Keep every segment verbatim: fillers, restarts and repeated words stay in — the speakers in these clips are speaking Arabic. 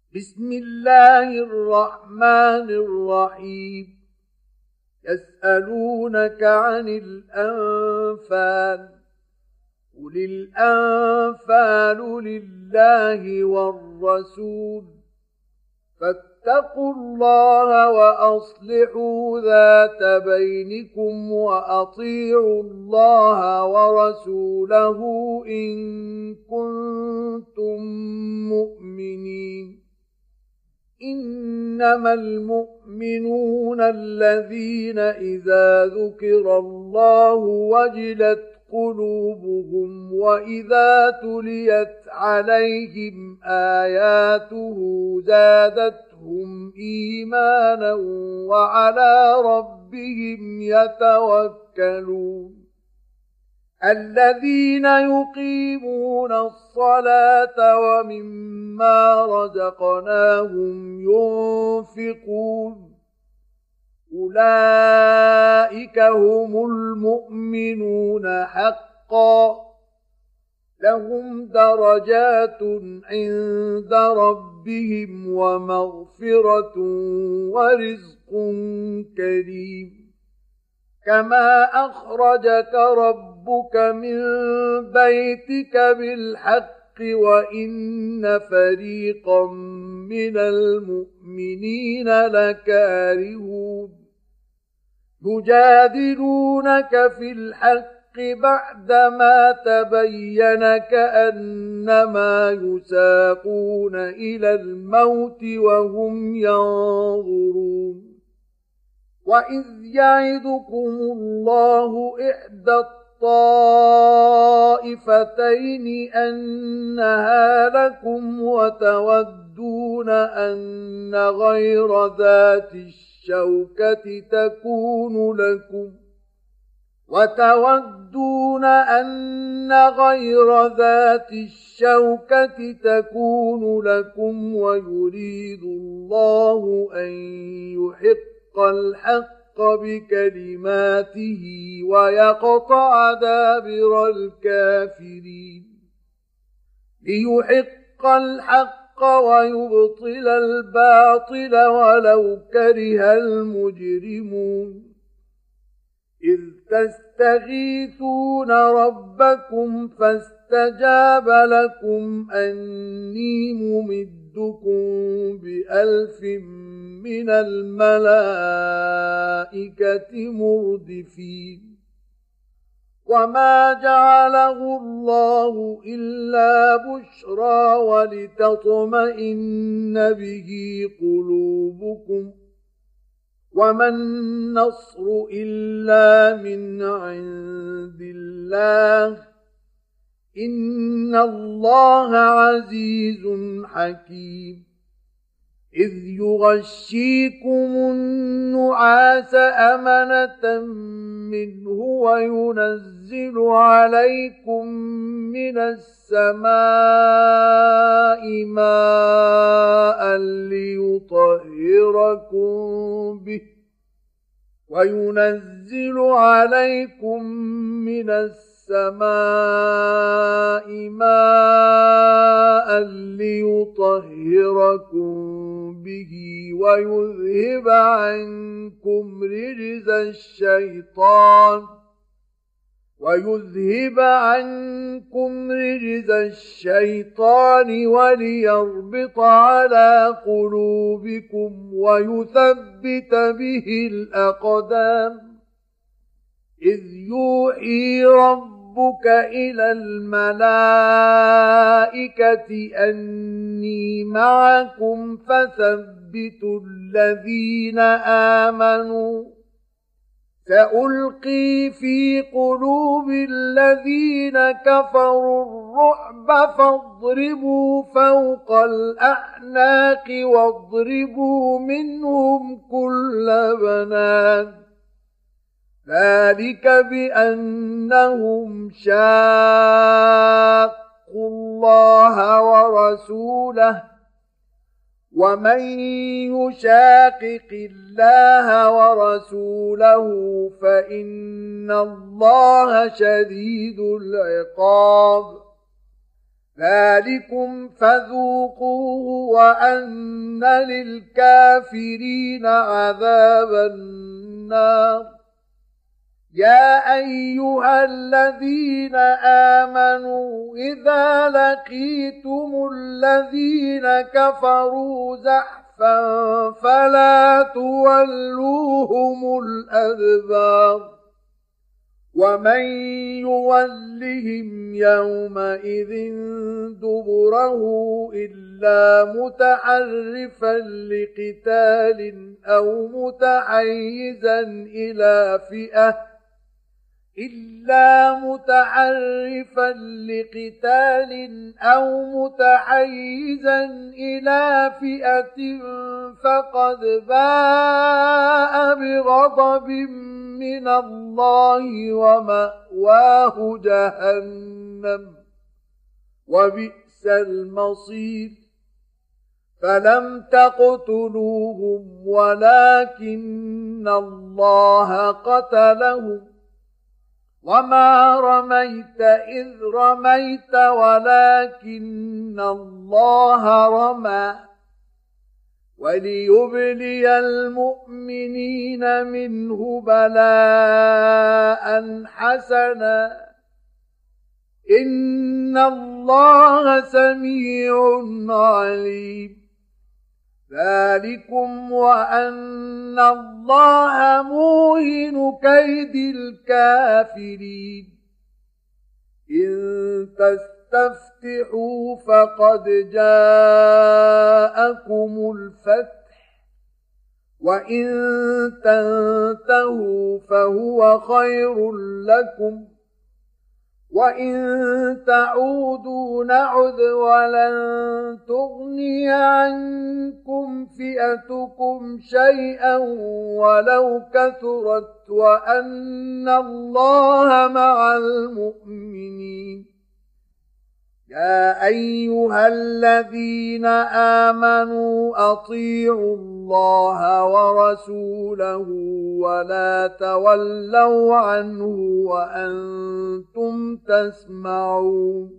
بسم الله الرحمن الرحيم. يسألونك عن الأنفال، قل الأنفال لله والرسول، فاتقوا الله وأصلحوا ذات بينكم وأطيعوا الله ورسوله إن كنتم مؤمنين. إنما المؤمنون الذين إذا ذكر الله وجلت قلوبهم وإذا تليت عليهم آياته زادتهم إيمانا وعلى ربهم يتوكلون. الذين يقيمون الصلاة ومما رزقناهم ينفقون، أولئك هم المؤمنون حقا، لهم درجات عند ربهم ومغفرة ورزق كريم. كما أخرجك ربك من بيتك بالحق وإن فريقا من المؤمنين لكارهون، يجادلونك في الحق بعدما تبين كأنما يساقون إلى الموت وهم ينظرون. وإذ يعدكم الله إحدى الطائفتين أنها لكم وتودون أن غير ذات الشوكة تكون لكم وتودون أن غير ذات الشوكة تكون لكم ويريد الله أن يحق الحق بكلماته ويقطع دابر الكافرين. ليحق الحق ويبطل الباطل ولو كره المجرمون. إذ تستغيثون ربكم فاستجاب لكم أني ممدكم بألف من الملائكة مردفين. وما جعله الله إلا بشرى ولتطمئن به قلوبكم، وما النصر إلا من عند الله، إن الله عزيز حكيم. إذ يغشيكم النعاس أمنة منه وينزل عليكم من السماء ماء ليطهركم به وينزل عليكم من السماء ماء ليطهركم به ويذهب عنكم رجز الشيطان ويذهب عنكم رجز الشيطان وليربط على قلوبكم ويثبت به الأقدام. إذ يوحي ربك إلى الملائكة أني معكم فثبتوا الذين آمنوا، سألقي في قلوب الذين كفروا الرعب فاضربوا فوق الأعناق واضربوا منهم كل بنان. ذلك بأنهم شاقوا الله ورسوله، ومن يشاقق الله ورسوله فإن الله شديد العقاب. ذلكم فذوقوه وأن للكافرين عذاب النار يا أيها الذين آمنوا إذا لقيتم الذين كفروا زحفا فلا تولوهم الأدبار ومن يولهم يومئذ دبره إلا متحرفا لقتال أو متحيزا إلى فئة إلا متحرفا لقتال أو متحيزا إلى فئة فقد باء بغضب من الله ومأواه جهنم وبئس المصير فلم تقتلوهم ولكن الله قتلهم وما رميت إذ رميت ولكن الله رمى وليبلي المؤمنين منه بلاء حسنا إن الله سميع عليم ذلكم وأن الله موهن كيد الكافرين إن تستفتحوا فقد جاءكم الفتح وإن تنتهوا فهو خير لكم وإن تعودوا نعد ولن تغني عنكم فئتكم شيئا ولو كثرت وأن الله مع المؤمنين يا أيها الذين آمنوا أطيعوا الله ورسوله ولا تولوا عنه وأنتم تسمعون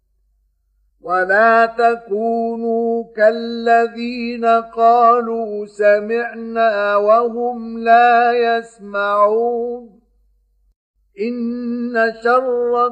ولا تكونوا كالذين قالوا سمعنا وهم لا يسمعون إن شر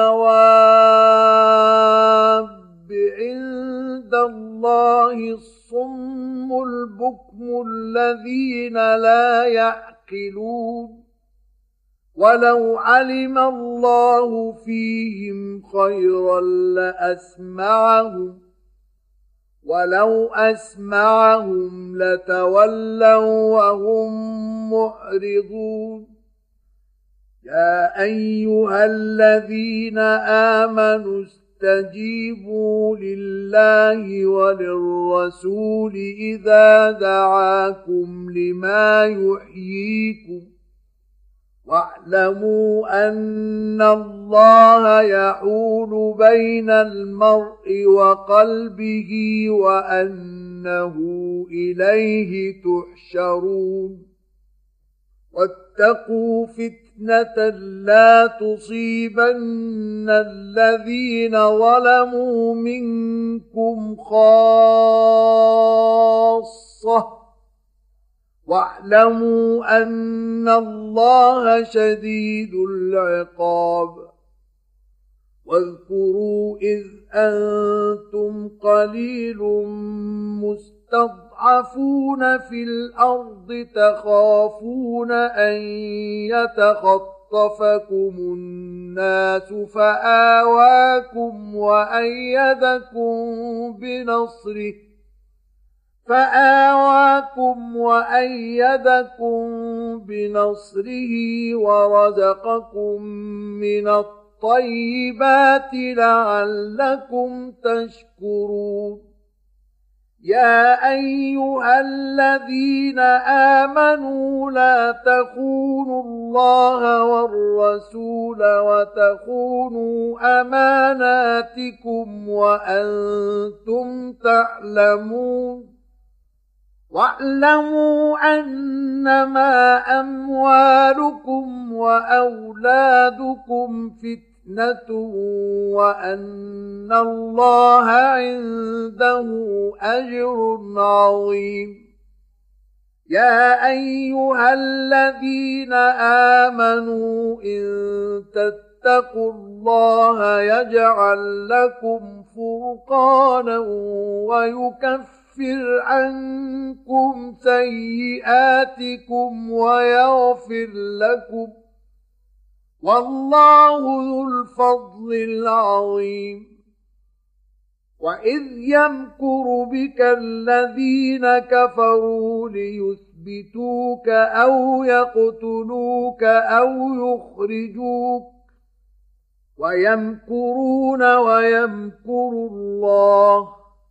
الدواب عند الله الصم البكم الذين لا يعقلون ولو علم الله فيهم خيرا لأسمعهم ولو أسمعهم لتولوا وهم معرضون يا أيها الذين آمنوا استجيبوا لله وللرسول إذا دعاكم لما يحييكم واعلموا أن الله يحول بين المرء وقلبه وأنه إليه تحشرون واتقوا فتنة لا تصيبن الذين ظلموا منكم خاصة واعلموا أن الله شديد العقاب واذكروا إذ أنتم قليل مستضعفون في الأرض تخافون أن يتخطفكم الناس فآواكم وأيدكم بنصره فآواكم وأيدكم بنصره ورزقكم من الطيبات لعلكم تشكرون يا أيها الذين آمنوا لا تخونوا الله والرسول وتخونوا أماناتكم وأنتم تعلمون واعلموا أنما أموالكم وأولادكم فتنة فتنة وأن الله عنده أجر عظيم. يا أيها الذين آمنوا إن تتقوا الله يجعل لكم فرقانا ويكفر عنكم سيئاتكم ويغفر لكم، والله ذو الفضل العظيم. وإذ يمكر بك الذين كفروا ليثبتوك أو يقتلوك أو يخرجوك ويمكرون ويمكر الله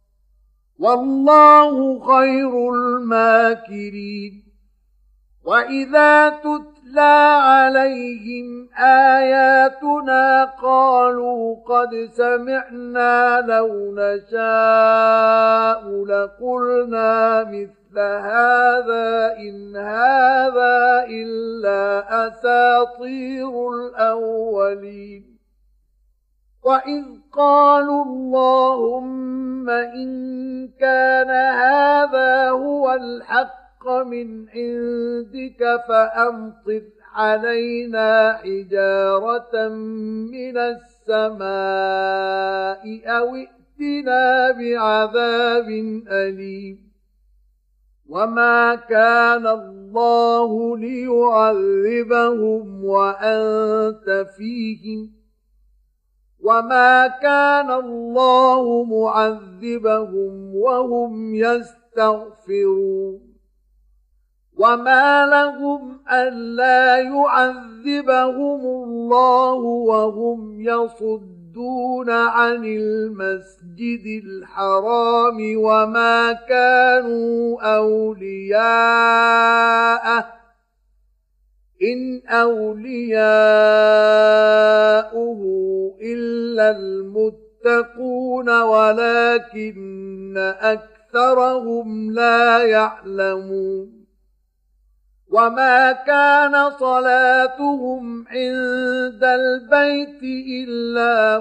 والله خير الماكرين. وإذا تتلى عليهم آياتنا قالوا قد سمعنا لو نشاء لقلنا مثل هذا إن هذا إلا أساطير الأولين. وإذ قالوا اللهم إن كان هذا هو الحق من عندك فأمطر علينا حجارة من السماء أو ائتنا بعذاب أليم. وما كان الله ليعذبهم وأنت فيهم وما كان الله معذبهم وهم يستغفرون. وما لهم ألا يعذبهم الله وهم يصدون عن المسجد الحرام وما كانوا أولياءه إن أولياؤه إلا المتقون ولكن أكثرهم لا يعلمون. وما كان صلاتهم عند البيت إلا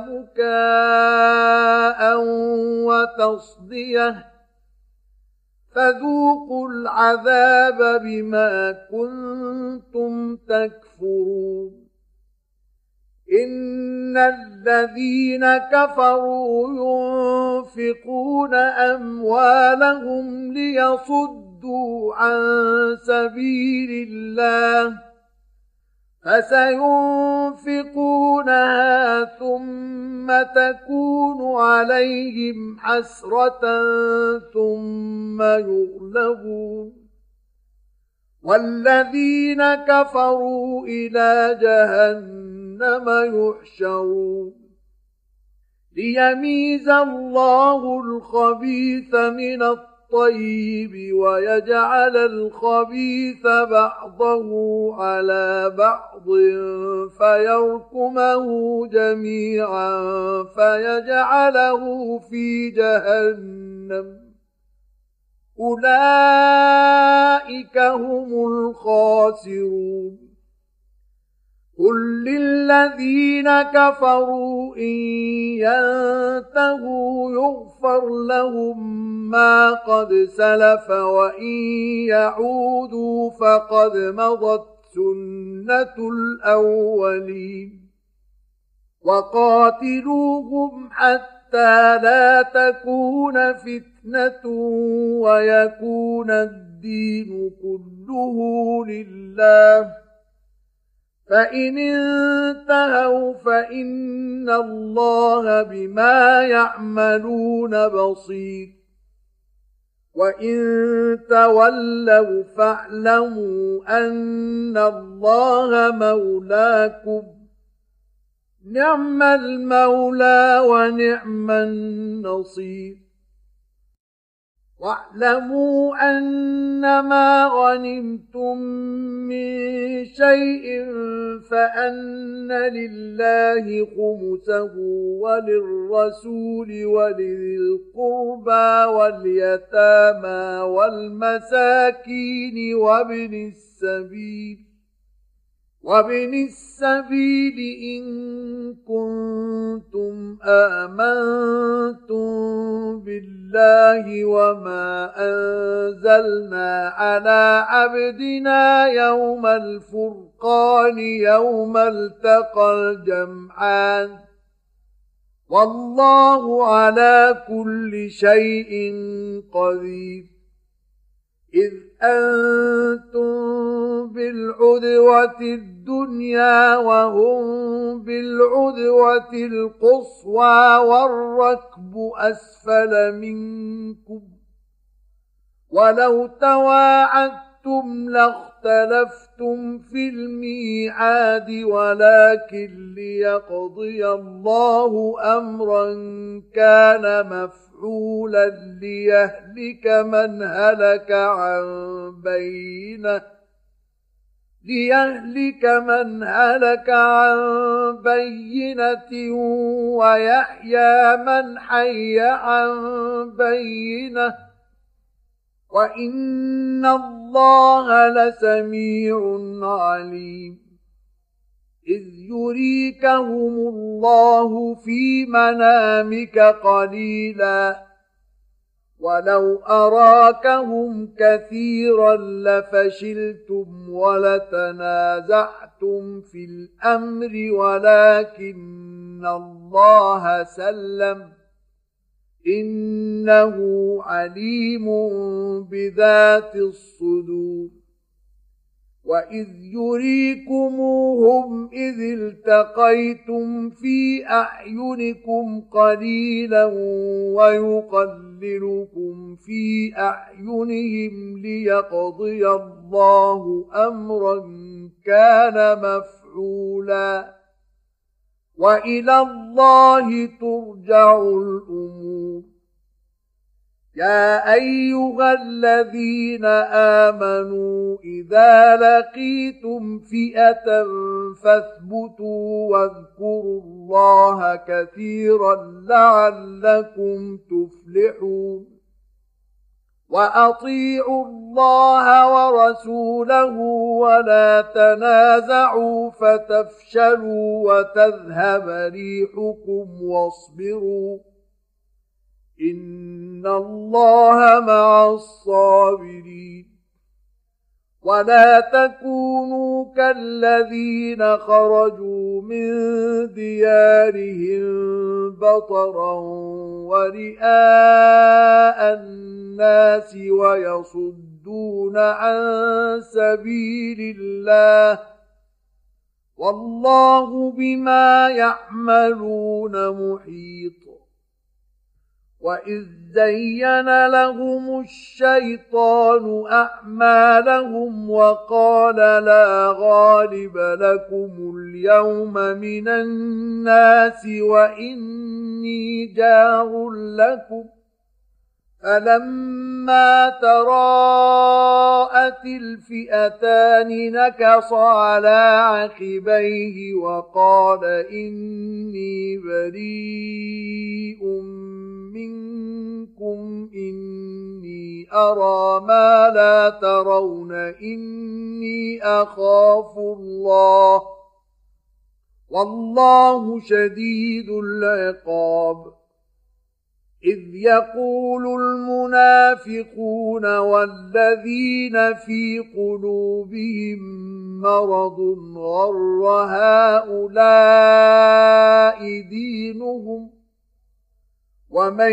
مكاء وتصدية فذوقوا العذاب بما كنتم تكفرون. إن الذين كفروا ينفقون أموالهم ليصدوا عن سبيل الله فسينفقونها ثم تكون عليهم حسرة ثم يغلبون والذين كفروا إلى جهنم يحشرون. ليميز الله الخبيث من الطيب ويجعل الخبيث بعضه على بعض فيركمه جميعا فيجعله في جهنم أولئك هم الخاسرون. قل للذين كفروا إن ينتهوا يغفر لهم ما قد سلف وإن يعودوا فقد مضت سنة الأولين. وقاتلوهم حتى لا تكون فتنة ويكون الدين كله لله فإن انتهوا فإن الله بما يعملون بصير. وإن تولوا فاعلموا أن الله مولاكم نعم المولى ونعم النصير. واعلموا أنما غنمتم من شيء فأن لله خمسه وللرسول ولذي القربى واليتامى والمساكين وابن السبيل وابن السبيل إن كنتم آمنتم بالله وما أنزلنا على عبدنا يوم الفرقان يوم التقى الجمعان والله على كل شيء قدير إذ أنتم بالعدوة الدنيا وهم بالعدوة القصوى والركب أسفل منكم ولو تواعدتم لاختلفتم في الميعاد ولكن ليقضي الله أمرا كان مفعولا ليهلك من هلك عن بينه ليهلك من هلك عن بينة ويحيى من حي عن بينة وإن الله لسميع عليم إذ يريكهم الله في منامك قليلا ولو أراكهم كثيرا لفشلتم ولتنازعتم في الأمر ولكن الله سلم إنه عليم بذات الصدور وإذ يريكموهم إذ التقيتم في أعينكم قليلا ويقللكم في أعينهم ليقضي الله أمرا كان مفعولا وإلى الله ترجع الأمور يا أيها الذين آمنوا إذا لقيتم فئة فاثبتوا واذكروا الله كثيرا لعلكم تفلحون وأطيعوا الله ورسوله ولا تنازعوا فتفشلوا وتذهب ريحكم واصبروا إن الله مع الصابرين ولا تكونوا كالذين خرجوا من ديارهم بطرا ورئاء الناس ويصدون عن سبيل الله والله بما يعملون محيط وإذ زين لهم الشيطان أعمالهم وقال لا غالب لكم اليوم من الناس وإني جار لكم فلما تراءت الفئتان نكص على عقبيه وقال إني بريء منكم إني أرى ما لا ترون إني أخاف الله والله شديد العقاب إذ يقول المنافقون والذين في قلوبهم مرض غر هؤلاء دينهم ومن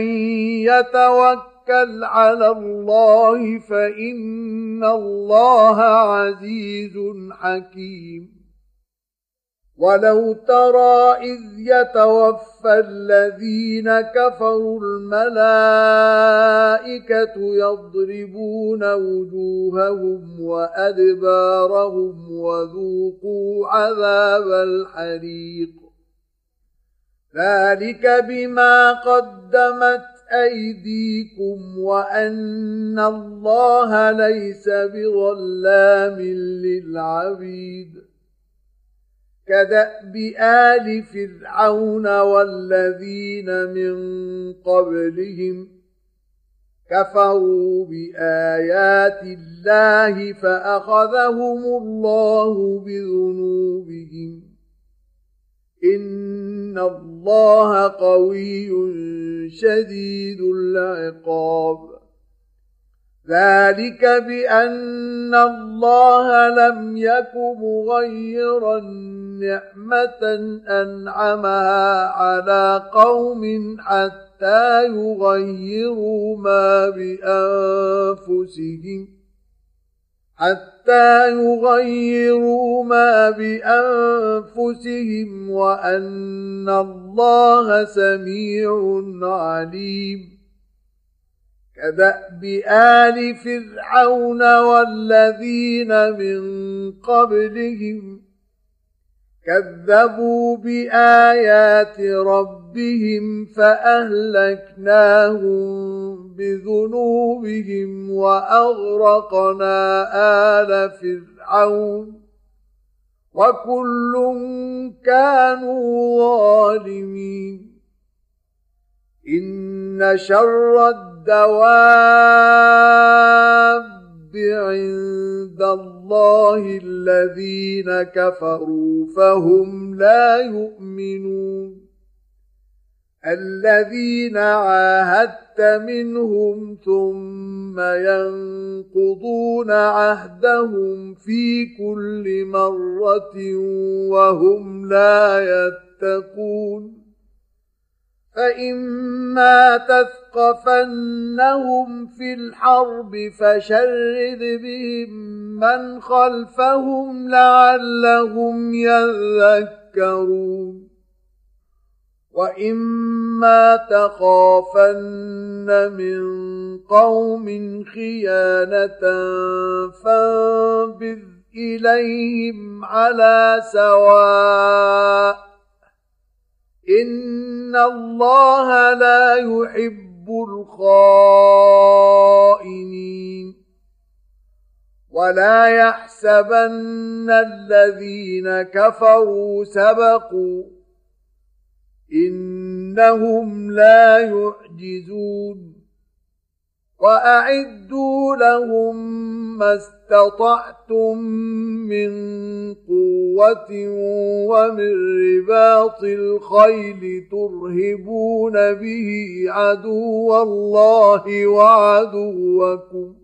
يتوكل على الله فإن الله عزيز حكيم ولو ترى إذ يتوفى الذين كفروا الملائكة يضربون وجوههم وأدبارهم وذوقوا عذاب الحريق ذلك بما قدمت أيديكم وأن الله ليس بظلام للعبيد كدأب آل فرعون والذين من قبلهم كفروا بآيات الله فأخذهم الله بذنوبهم إن الله قوي شديد العقاب ذلك بأن الله لم يك مغيرا نعمة أنعمها على قوم حتى يغيروا ما بأنفسهم حتى يغيروا ما بأنفسهم وأن الله سميع عليم كدأب آل فرعون والذين من قبلهم كذبوا بآيات ربهم فأهلكناهم بذنوبهم وأغرقنا آل فرعون وكل كانوا ظالمين إن شر الدواب عند الله الذين كفروا فهم لا يؤمنون الذين عاهدت منهم ثم ينقضون عهدهم في كل مرة وهم لا يتقون فإما تثقفنهم في الحرب فشرد بهم من خلفهم لعلهم يذكرون وإما تخافن من قوم خيانة فانبذ إليهم على سواء إن الله لا يحب الخائنين ولا يحسبن الذين كفروا سبقوا إنهم لا يعجزون وأعدوا لهم ما استطعتم من قوة ومن رباط الخيل ترهبون به عدو الله وعدوكم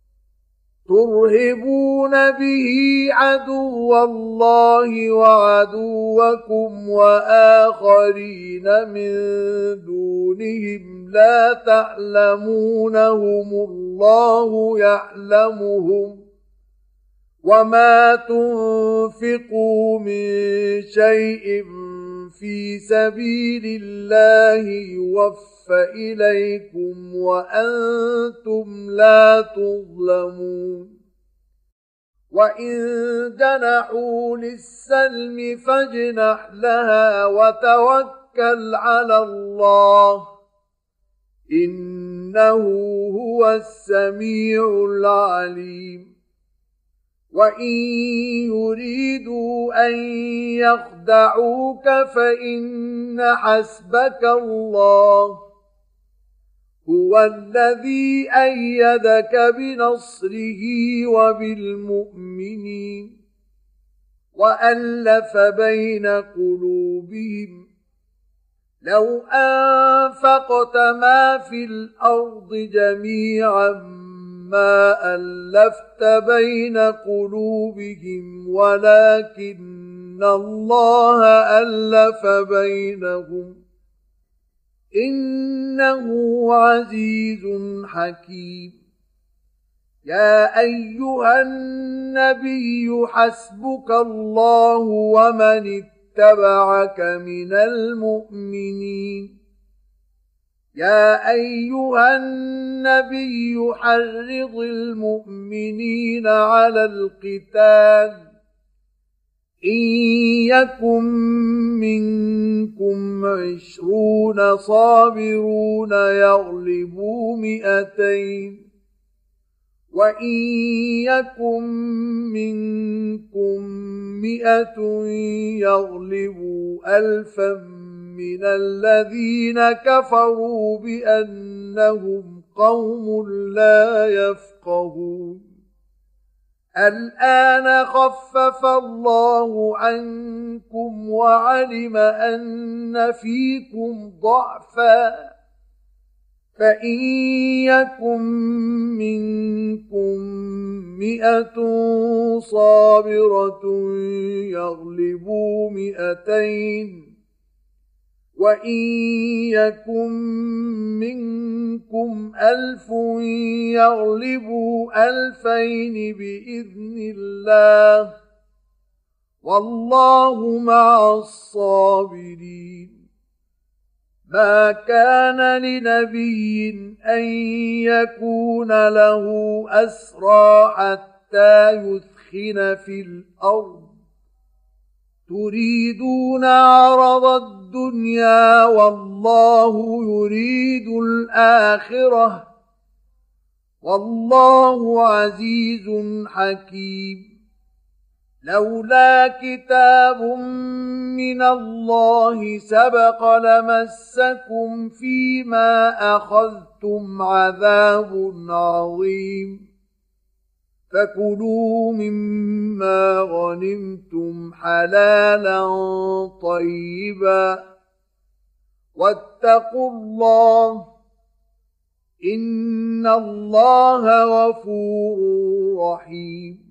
ترهبون به عدو الله وعدوكم وآخرين من دونهم لا تعلمونهم الله يعلمهم وما تنفقوا من شيء في سبيل الله يوفى إليكم وأنتم لا تظلمون وإن جنحوا للسلم فاجنح لها وتوكل على الله إنه هو السميع العليم وإن يريدوا أن يخدعوك فإن حسبك الله هو الذي أيدك بنصره وبالمؤمنين وألف بين قلوبهم لو أنفقت ما في الأرض جميعا ما ألفت بين قلوبهم ولكن الله ألف بينهم إنه عزيز حكيم يا أيها النبي حسبك الله ومن اتبعك من المؤمنين يا أيها النبي حرض المؤمنين على القتال إن يكن منكم عشرون صابرون يغلبوا مئتين وإن يكن منكم مئة يغلبوا ألفا من الذين كفروا بأنهم قوم لا يفقهون الآن خفف الله عنكم وعلم أن فيكم ضعفا فإن يكن منكم مئة صابرة يغلبوا مئتين وإن يكن منكم ألف يغلبوا ألفين بإذن الله والله مع الصابرين ما كان لنبي أن يكون له أسرى حتى يثخن في الأرض تريدون عرض الدنيا والله يريد الآخرة والله عزيز حكيم لولا كتاب من الله سبق لمسكم فيما أخذتم عذاب عظيم فكلوا مما غنمتم حلالا طيبا واتقوا الله إن الله غفور رحيم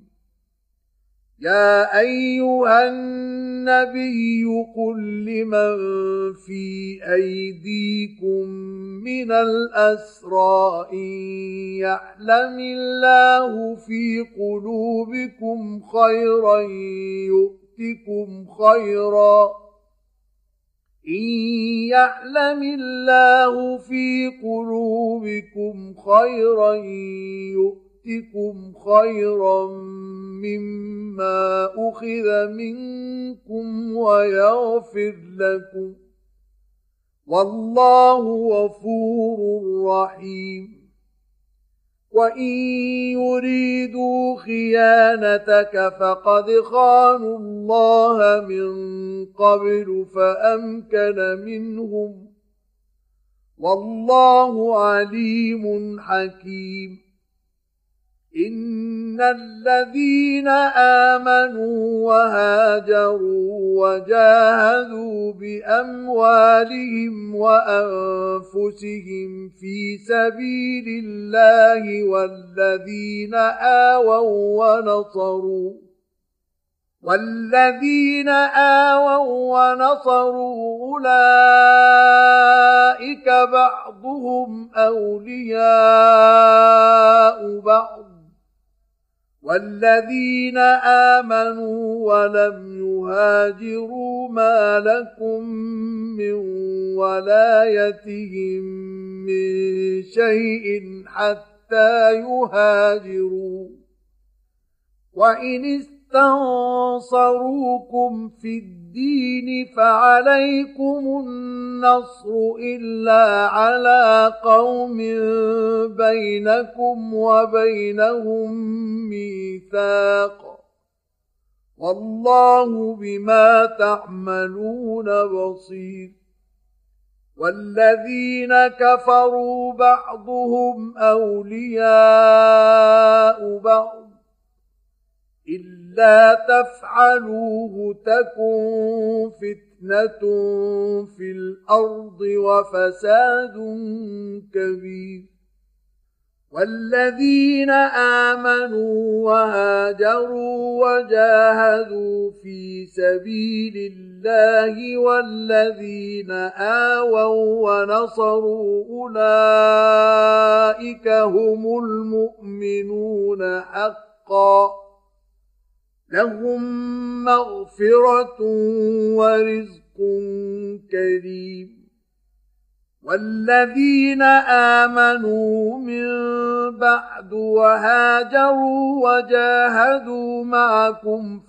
يا أيها النبي قل لمن في أيديكم من الأسرى إن يعلم الله في قلوبكم خيرا يؤتكم خيرا إن يعلم الله في قلوبكم خيرا يؤتكم خيرا مما أخذ منكم ويغفر لكم والله غفور رحيم وإن يريدوا خيانتك فقد خانوا الله من قبل فأمكن منهم والله عليم حكيم إن الذين آمنوا وهاجروا وجاهدوا بأموالهم وأنفسهم في سبيل الله والذين آووا ونصروا والذين آووا ونصروا أولئك بعضهم أولياء بعض والذين آمنوا ولم يهاجروا ما لكم من ولايتهم من شيء حتى يهاجروا وإن استنصروكم في الدين فعليكم النصر إلا على قوم بينكم وبينهم ميثاق والله بما تعملون بصير والذين كفروا بعضهم أولياء بعض إلا تفعلوه تكن فتنة في الأرض وفساد كبير والذين آمنوا وهاجروا وجاهدوا في سبيل الله والذين آووا ونصروا أولئك هم المؤمنون حقا لهم مغفرة ورزق كريم والذين آمنوا من بعد وهاجروا وجاهدوا معكم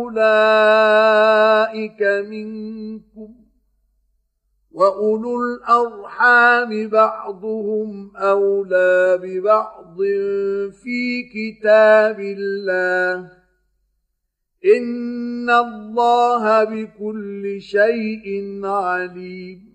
فأولئك منكم وأولو الأرحام بعضهم أولى ببعض في كتاب الله إن الله بكل شيء عليم